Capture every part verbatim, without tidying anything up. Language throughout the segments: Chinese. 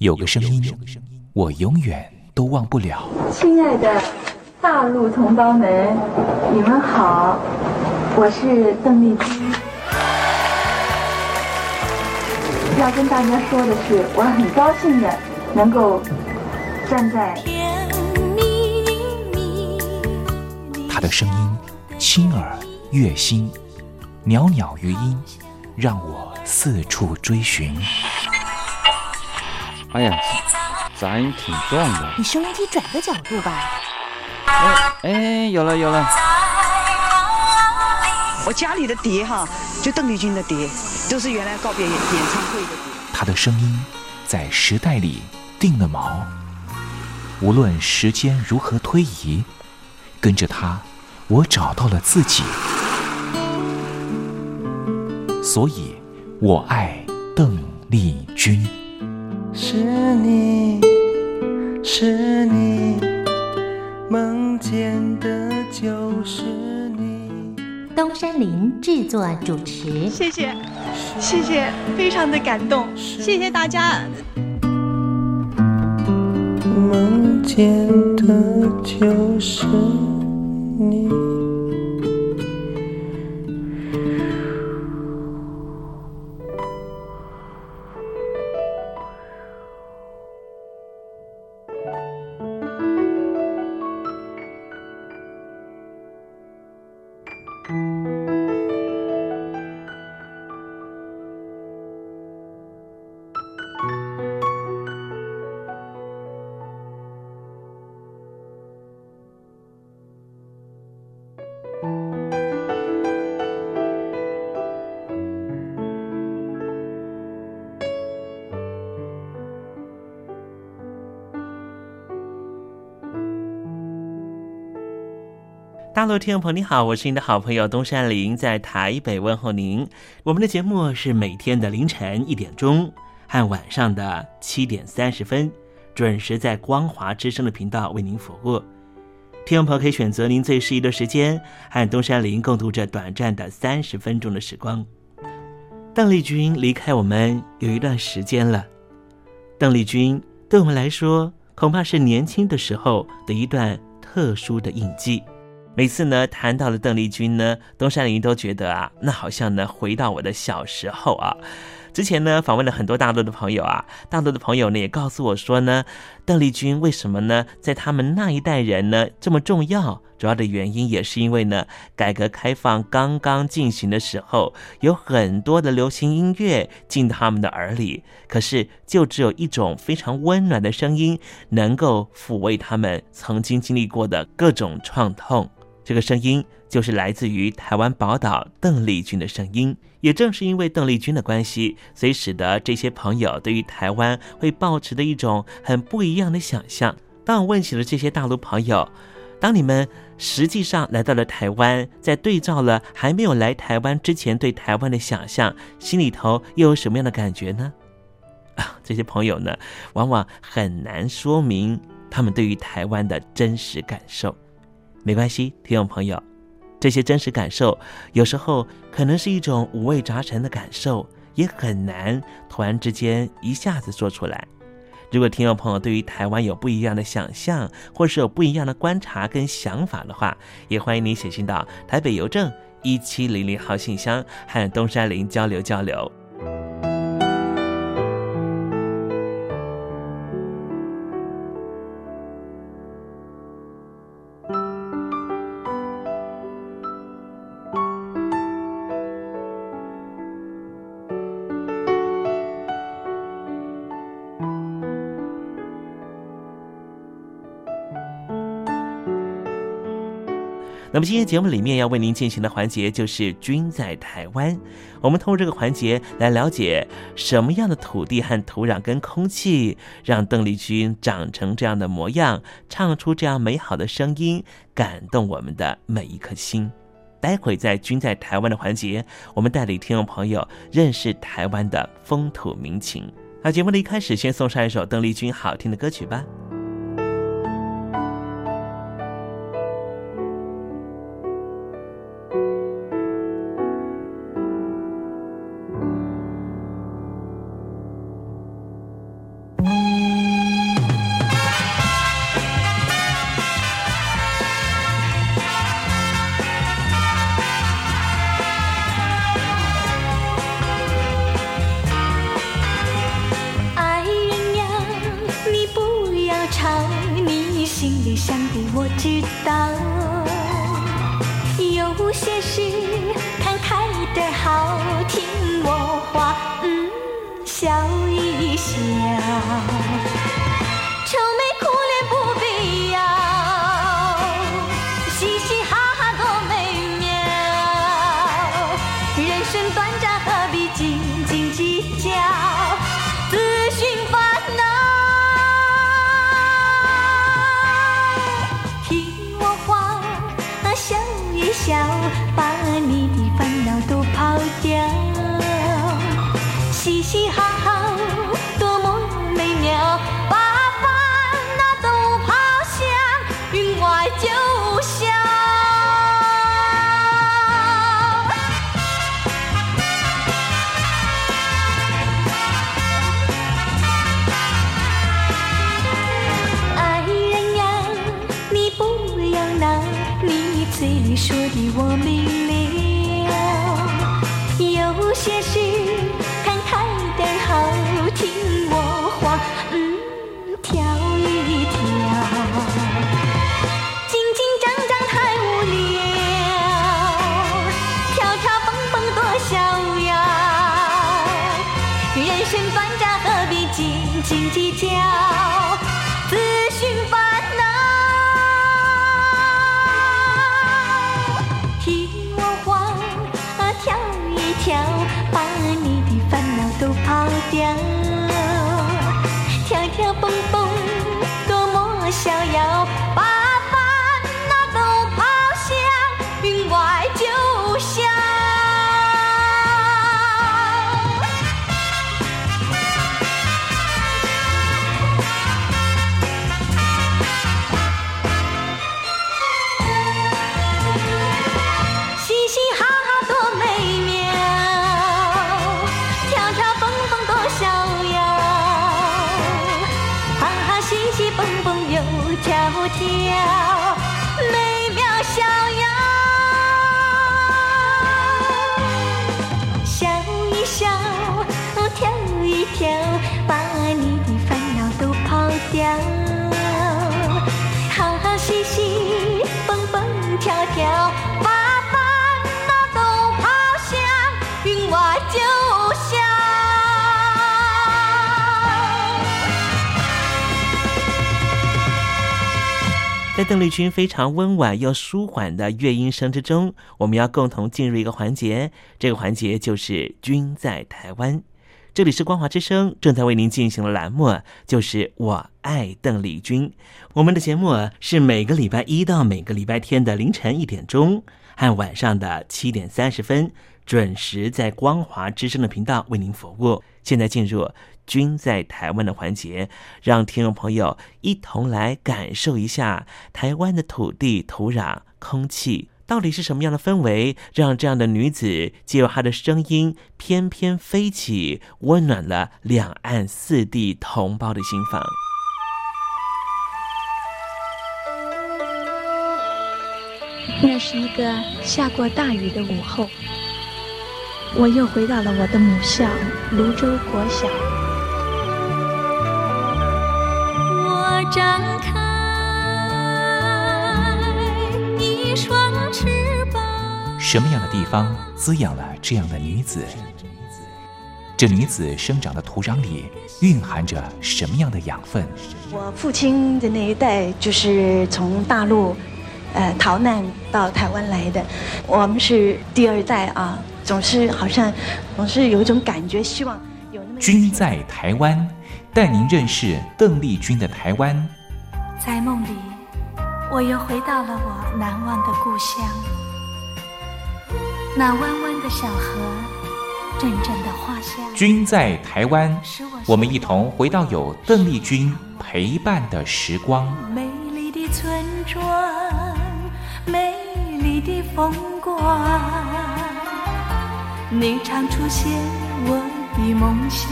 有个声音，我永远都忘不了。 亲爱的大陆同胞们，你们好，我是邓丽君。要跟大家说的是，我很高兴的能够站在她的声音轻耳悦心，袅袅余音，让我四处追寻。 哎呀，杂音挺重的。 你收音机转个角度吧。 哎哎，有了有了。 我家里的碟哈，就邓丽君的碟，都是原来告别演唱会的碟。 她的声音在时代里定了锚，无论时间如何推移，跟着她，我找到了自己。所以，我爱邓丽君。 是你，是你，梦见的就是你。 东山林制作主持， 谢谢，谢谢，非常的感动，谢谢大家。 梦见的就是你。 大陆听众朋友你好，我是您的好朋友东山林，在台北问候您。我们的节目是每天的凌晨一点钟和晚上的七点三十分，准时在光华之声的频道为您服务。听众朋友可以选择您最适宜的时间，和东山林共度这短暂的三十分钟的时光。邓丽君离开我们有一段时间了，邓丽君对我们来说，恐怕是年轻的时候的一段特殊的印记。每次呢谈到了邓丽君呢，东山林都觉得啊，那好像呢回到我的小时候啊。之前呢访问了很多大陆的朋友啊，大陆的朋友呢也告诉我说呢，邓丽君为什么呢在他们那一代人呢这么重要，主要的原因也是因为呢改革开放刚刚进行的时候，有很多的流行音乐进他们的耳里，可是就只有一种非常温暖的声音能够抚慰他们曾经经历过的各种创痛。这个声音就是来自于台湾宝岛邓丽君的声音。也正是因为邓丽君的关系，所以使得这些朋友对于台湾会抱持的一种很不一样的想象。当我问起了这些大陆朋友，当你们实际上来到了台湾，在对照了还没有来台湾之前对台湾的想象，心里头又有什么样的感觉呢？啊，这些朋友呢，往往很难说明他们对于台湾的真实感受。没关系，听众朋友，这些真实感受有时候可能是一种五味杂陈的感受，也很难突然之间一下子说出来。如果听众朋友对于台湾有不一样的想象，或是有不一样的观察跟想法的话，也欢迎你写信到台北邮政一七零零号信箱，和东山林交流交流。那么今天节目里面要为您进行的环节就是君在台湾。我们通过这个环节来了解什么样的土地和土壤跟空气让邓丽君长成这样的模样，唱出这样美好的声音，感动我们的每一颗心。待会在君在台湾的环节，我们带领听众朋友认识台湾的风土民情。那节目的一开始先送上一首邓丽君好听的歌曲吧。 心里想的我知道，有些事看开点好，听我话，嗯，笑一笑，愁眉苦脸不必要，嘻嘻哈哈多美妙，人生短暂何必斤斤计较，自寻烦恼，听我话，笑一笑，把你的烦恼都抛掉，嘻嘻哈哈多么美妙，把烦恼都抛向云外就消。爱人呀，你不要闹，你嘴里说的我明了，有些事看开点好，听我话，嗯，跳一跳，紧紧张张太无聊，跳跳蹦蹦多逍遥，人生短暂何必斤斤计较，自寻烦恼，听我话，跳一跳，把你的烦恼都抛掉，跳跳蹦蹦多么逍遥，把烦恼都抛向云外就消。嘻嘻哈哈多美妙，跳跳蹦蹦多逍遥，哈哈嘻嘻蹦蹦又跳跳，美妙逍遥，笑一笑，跳一跳，把你的烦恼都抛掉，哈哈嘻嘻蹦蹦跳跳，把烦恼都抛向云外就消。 在邓丽君非常温婉又舒缓的乐音声之中，我们要共同进入一个环节，这个环节就是君在台湾。这里是光华之声正在为您进行的栏目，就是我爱邓丽君。我们的节目是每个礼拜一到每个礼拜天的凌晨一点钟和晚上的七点三十分，准时在光华之声的频道为您服务。现在进入君在台湾的环节，让听众朋友一同来感受一下台湾的土地、土壤、空气，到底是什么样的氛围，让这样的女子借由她的声音翩翩飞起，温暖了两岸四地同胞的心房。 那是一个下过大雨的午后，我又回到了我的母校泸州国小。 我张开一双翅膀。 什么样的地方滋养了这样的女子？这女子生长的土壤里蕴含着什么样的养分？ 我父亲的那一代就是从大陆呃逃难到台湾来的，我们是第二代啊，总是好像总是有一种感觉，希望有那么君在台湾，带您认识邓丽君的台湾。 在梦里，我又回到了我难忘的故乡，那弯弯的小河，阵阵的花香。 君在台湾，我们一同回到有邓丽君陪伴的时光。 美丽的村庄，美丽的风光，你常出现我的梦想。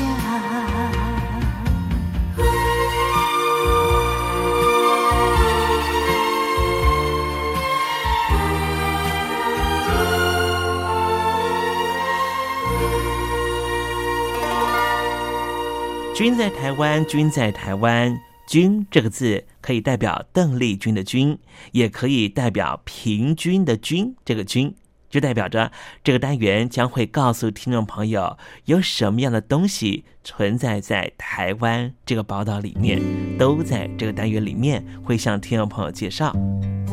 君在台湾，君在台湾， 均这个字可以代表邓丽君的君，也可以代表平均的均，这个均就代表着这个单元将会告诉听众朋友有什么样的东西存在在台湾这个宝岛里面，都在这个单元里面会向听众朋友介绍。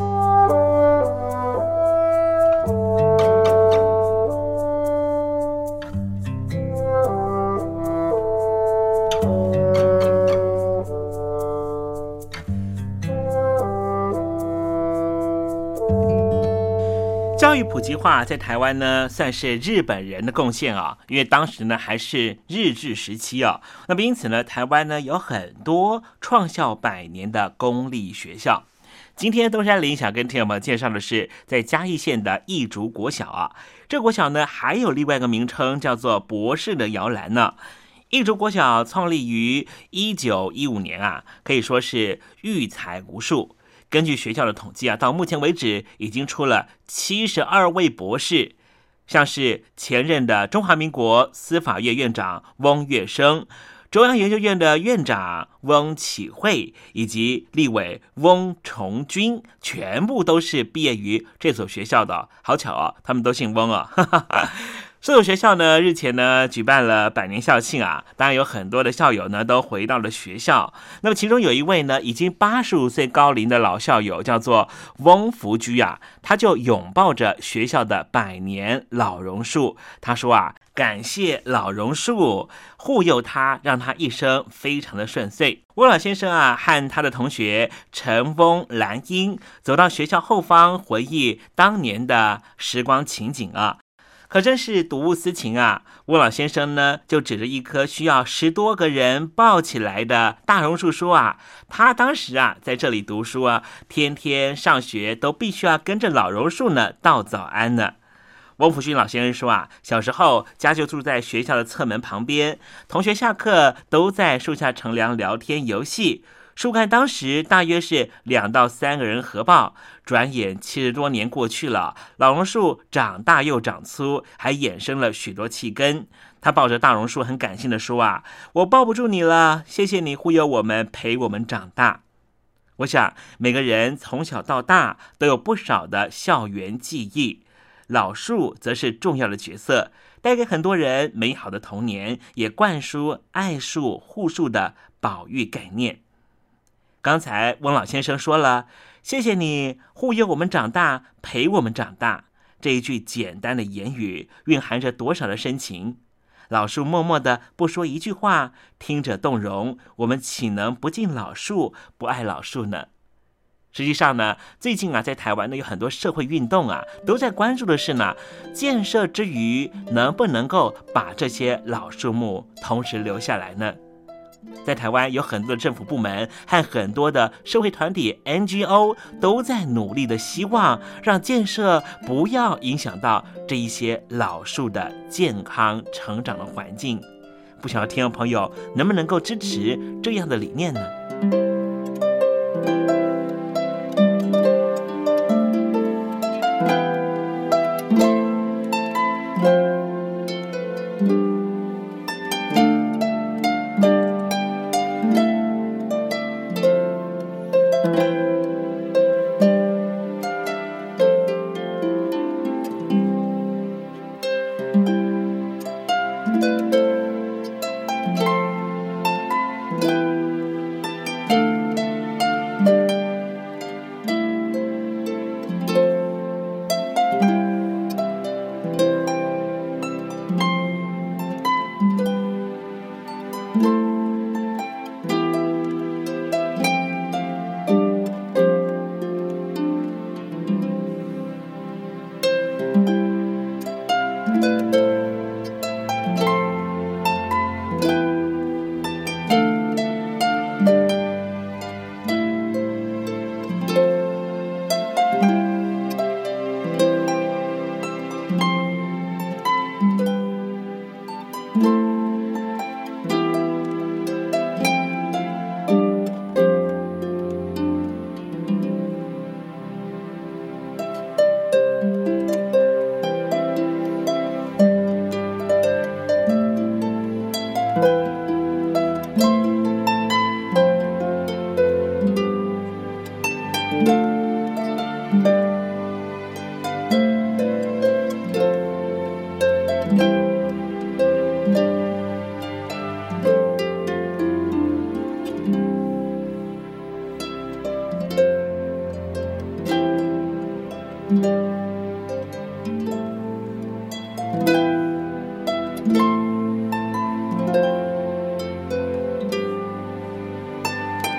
教育普及化在台湾呢，算是日本人的贡献啊，因为当时呢还是日治时期啊，那么因此呢，台湾呢有很多创校百年的公立学校。今天东山林想跟听友们介绍的是在嘉义县的义竹国小啊，这国小呢还有另外一个名称叫做博士的摇篮呢。义竹国小创立于一九一五年啊，可以说是育才无数。根据学校的统计啊，到目前为止已经出了七十二位博士，像是前任的中华民国司法院院长翁月生、中央研究院的院长翁启惠以及立委翁崇军，全部都是毕业于这所学校的。好巧哦，他们都姓翁哦。这所学校呢，日前呢举办了百年校庆啊，当然有很多的校友呢都回到了学校。那么其中有一位呢已经八十五岁高龄的老校友，叫做翁福居啊，他就拥抱着学校的百年老榕树，他说啊，感谢老榕树护佑他，让他一生非常的顺遂。翁老先生啊，和他的同学陈翁、兰英走到学校后方，回忆当年的时光情景啊。可真是睹物思情啊！翁老先生呢，就指着一棵需要十多个人抱起来的大榕树说啊，他当时啊在这里读书啊，天天上学都必须要跟着老榕树呢道早安呢。翁福勋老先生说啊，小时候家就住在学校的侧门旁边，同学下课都在树下乘凉聊天游戏。树干当时大约是两到三个人合抱，转眼七十多年过去了，老榕树长大又长粗，还衍生了许多气根。他抱着大榕树很感性的说啊，我抱不住你了，谢谢你护佑我们，陪我们长大。我想每个人从小到大都有不少的校园记忆，老树则是重要的角色，带给很多人美好的童年，也灌输爱树护树的保育概念。刚才翁老先生说了，谢谢你护佑我们长大，陪我们长大，这一句简单的言语蕴含着多少的深情。老树默默的不说一句话，听着动容，我们岂能不敬老树，不爱老树呢？实际上呢，最近啊，在台湾呢有很多社会运动啊，都在关注的是呢，建设之余能不能够把这些老树木同时留下来呢？在台湾有很多的政府部门和很多的社会团体 N G O 都在努力的希望让建设不要影响到这一些老树的健康成长的环境。不晓得听众朋友能不能够支持这样的理念呢？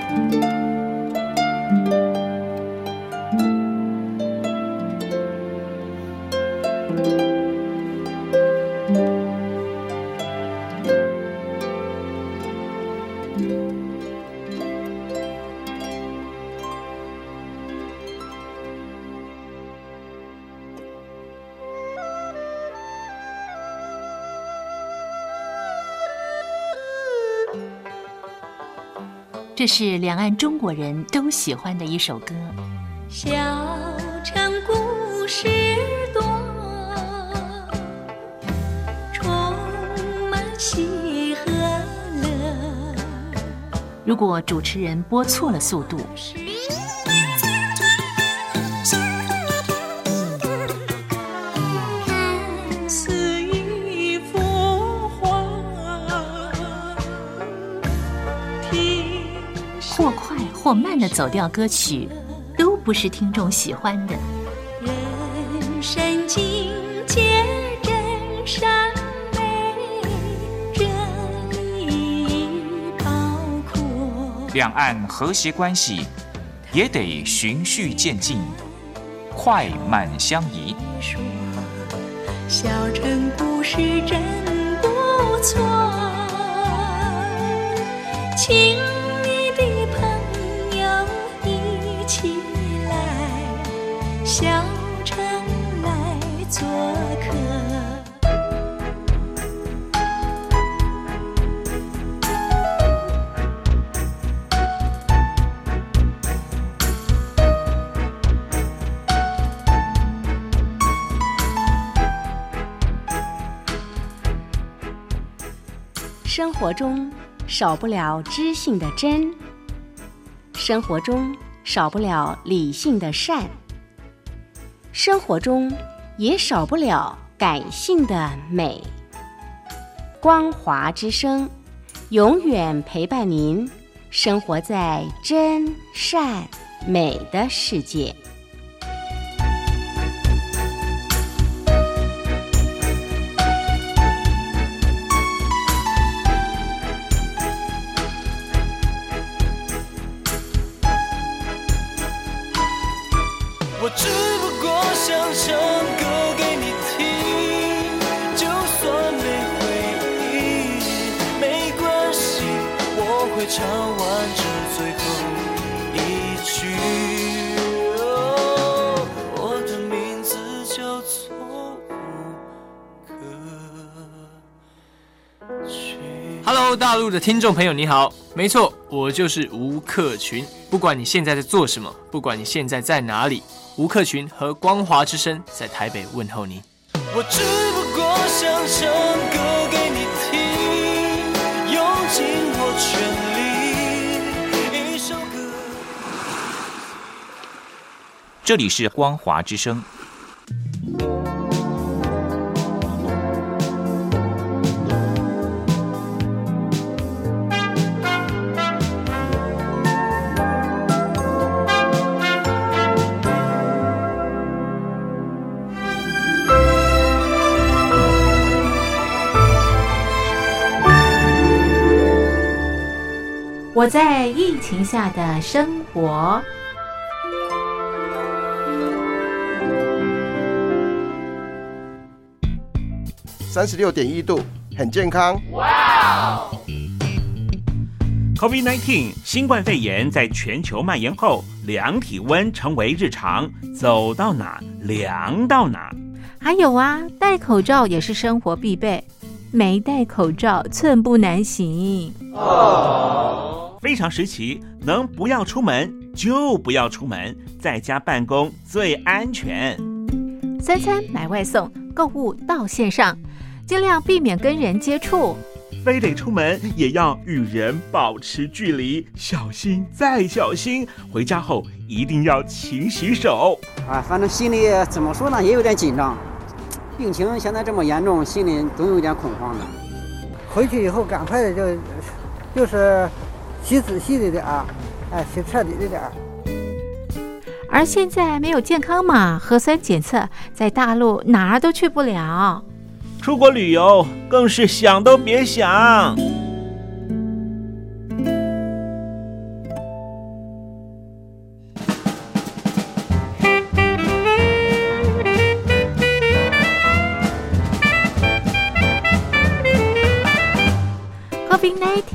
这是两岸中国人都喜欢的一首歌。 小城故事多，充满喜和乐。 如果主持人播错了速度， 看似一幅画， 或快或慢的走调歌曲，都不是听众喜欢的。 人生境界真善美，这一包括两岸和谐关系也得循序渐进，快慢相宜。 小城故事真不错，亲密的朋友一起来，小城来做客。 生活中少不了知性的真，生活中少不了理性的善，生活中也少不了感性的美。光华之声永远陪伴您，生活在真善美的世界。 我只不过想唱歌给你听，就算没回应没关系，我会唱完这最后一句。哦，我的名字叫做吴克群。 Hello， 大陆的听众朋友你好，没错，我就是吴克群。不管你现在在做什么，不管你现在在哪里，吴克群和光华之声在台北问候您。 我只不过想唱歌给你听，用尽我全力，一首歌。 这里是光华之声。 我在疫情下的生活。 三十六点一度，很健康。 哇 ！COVID 十九 新冠肺炎在全球蔓延后，量体温成为日常，走到哪量到哪。 还有啊，戴口罩也是生活必备，没戴口罩寸步难行。 哦。非常时期，能不要出门就不要出门，在家办公最安全。 三餐买外送，购物到线上，尽量避免跟人接触。 非得出门也要与人保持距离，小心再小心。回家后一定要勤洗手。 啊，反正心里怎么说呢，也有点紧张。病情现在这么严重，心里总有点恐慌的。 回去以后赶快的就就是洗仔细的点儿，哎，洗彻底的点儿。 而现在没有健康码、核酸检测，在大陆哪儿都去不了。 出国旅游更是想都别想。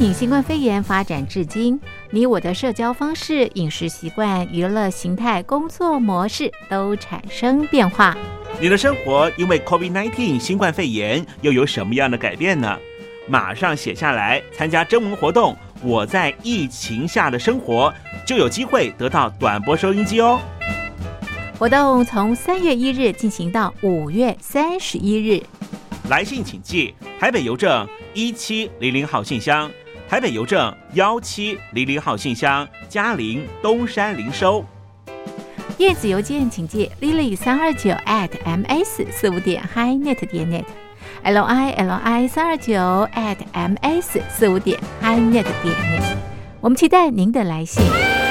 nineteen 新冠肺炎发展至今，你我的社交方式、饮食习惯、娱乐形态、工作模式都产生变化。 你的生活因为 COVID 十九 新冠肺炎又有什么样的改变呢？马上写下来，参加征文活动，我在疫情下的生活，就有机会得到短波收音机哦。 活动从三月一日进行到五月三十一日。 来信请寄台北邮政一七零零号信箱，台北邮政一七零零号信箱，嘉陵东山零收。 电子邮件请寄 lily 三二九 at ms 四五点 highnet 点 net l i l i 三二九 at ms 四五点 highnet 点 net。我们期待您的来信。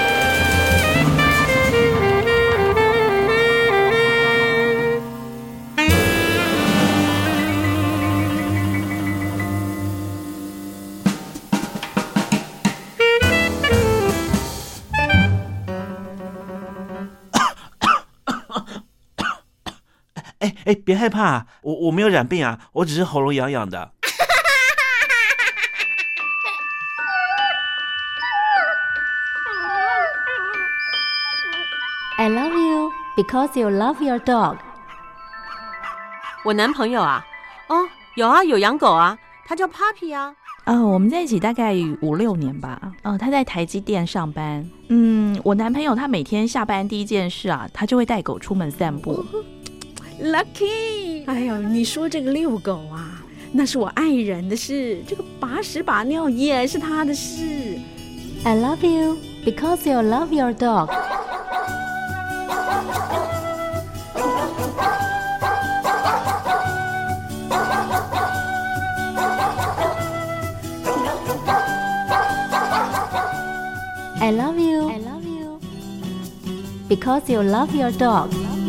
哎哎，别害怕，我我没有染病啊，我只是喉咙痒痒的。 I love you because you love your dog。 我男朋友啊，哦，有啊，有养狗啊，他叫 Papi 啊。 呃，我们在一起大概五六年吧。呃，他在台积电上班。嗯，我男朋友他每天下班第一件事啊，他就会带狗出门散步。 Lucky， 哎呦，你说这个遛狗啊，那是我爱人的事，这个把屎把尿也是他的事。 I love you because you love your dog。 I love you I love you because you love your dog。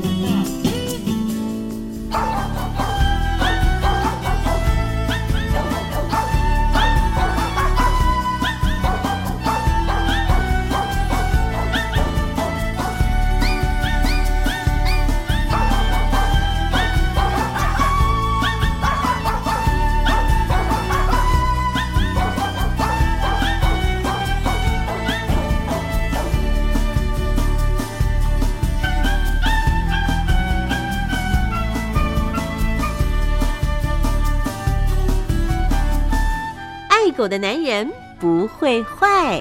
爱狗的男人不会坏。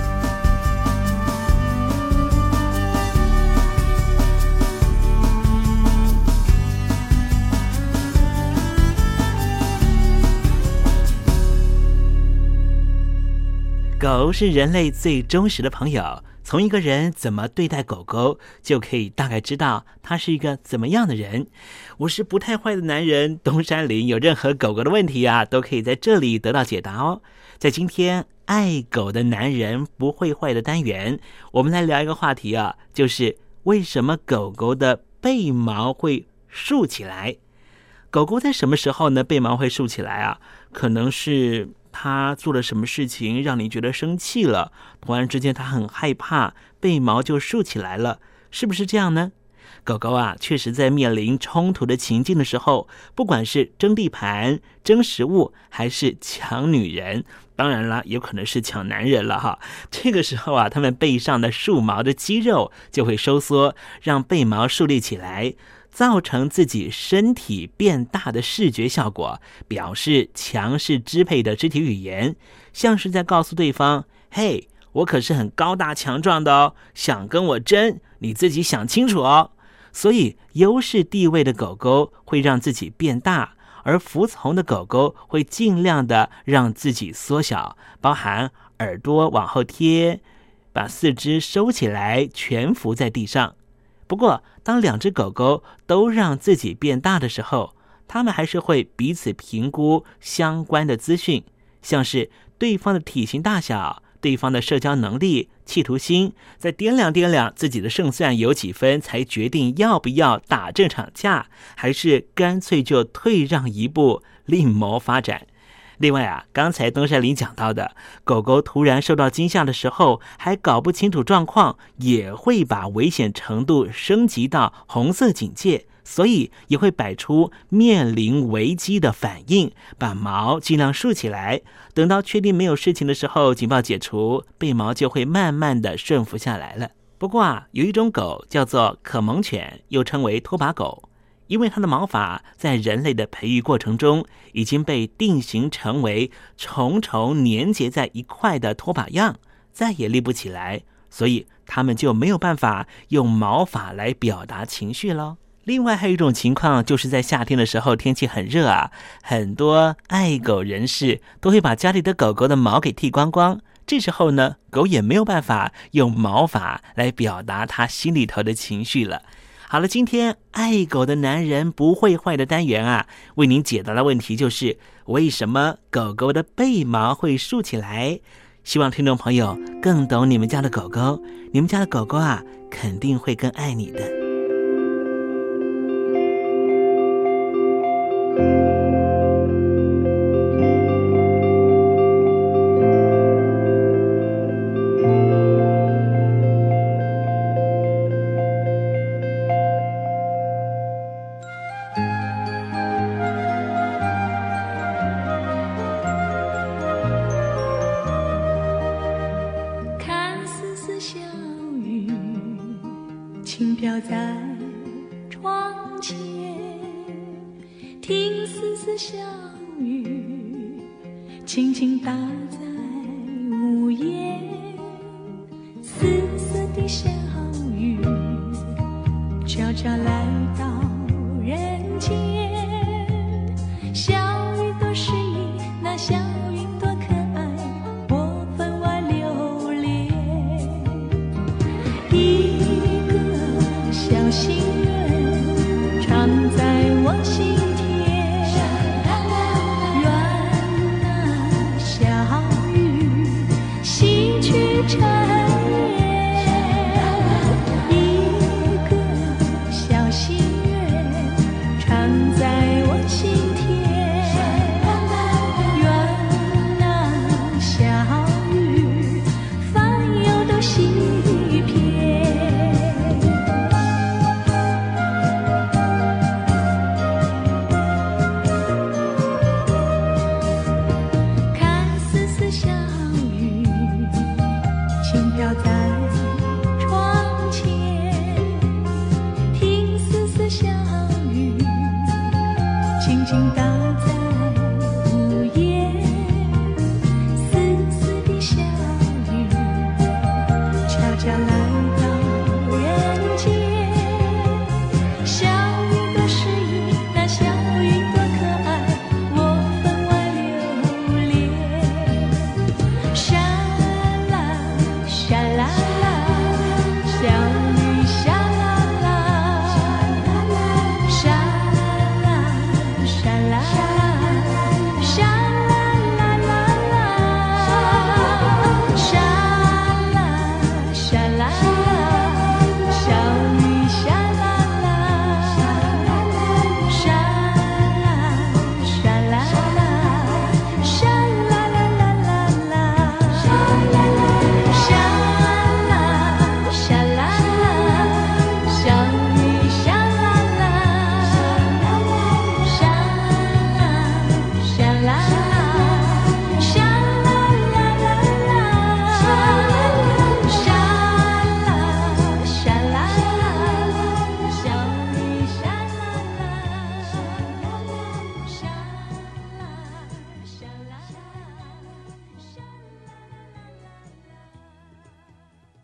狗是人类最忠实的朋友，从一个人怎么对待狗狗，就可以大概知道他是一个怎么样的人。我是不太坏的男人东山林，有任何狗狗的问题啊，都可以在这里得到解答哦。在今天爱狗的男人不会坏的单元，我们来聊一个话题啊，就是为什么狗狗的背毛会竖起来？狗狗在什么时候呢背毛会竖起来啊？可能是他做了什么事情让你觉得生气了，突然之间他很害怕，背毛就竖起来了，是不是这样呢？狗狗啊，确实在面临冲突的情境的时候，不管是争地盘、争食物，还是抢女人，当然啦，有可能是抢男人了哈。这个时候啊，他们背上的竖毛的肌肉就会收缩，让背毛竖立起来，造成自己身体变大的视觉效果，表示强势支配的肢体语言，像是在告诉对方：嘿，我可是很高大强壮的哦，想跟我争，你自己想清楚哦。所以优势地位的狗狗会让自己变大，而服从的狗狗会尽量的让自己缩小，包含耳朵往后贴，把四肢收起来，蜷伏在地上。不过当两只狗狗都让自己变大的时候，它们还是会彼此评估相关的资讯，像是对方的体型大小、对方的社交能力、企图心，再掂量掂量自己的胜算有几分，才决定要不要打这场架，还是干脆就退让一步另谋发展。 另外啊，刚才东山林讲到的，狗狗突然受到惊吓的时候，还搞不清楚状况，也会把危险程度升级到红色警戒，所以也会摆出面临危机的反应，把毛尽量竖起来。等到确定没有事情的时候，警报解除，背毛就会慢慢的顺服下来了。不过啊，有一种狗叫做可蒙犬，又称为拖把狗。因为它的毛发在人类的培育过程中已经被定型成为重重粘结在一块的拖把样，再也立不起来，所以它们就没有办法用毛发来表达情绪咯。另外还有一种情况，就是在夏天的时候天气很热啊，很多爱狗人士都会把家里的狗狗的毛给剃光光，这时候呢，狗也没有办法用毛发来表达它心里头的情绪了。好了，今天爱狗的男人不会坏的单元啊，为您解答的问题就是为什么狗狗的背毛会竖起来。希望听众朋友更懂你们家的狗狗，你们家的狗狗啊，肯定会更爱你的。 啦。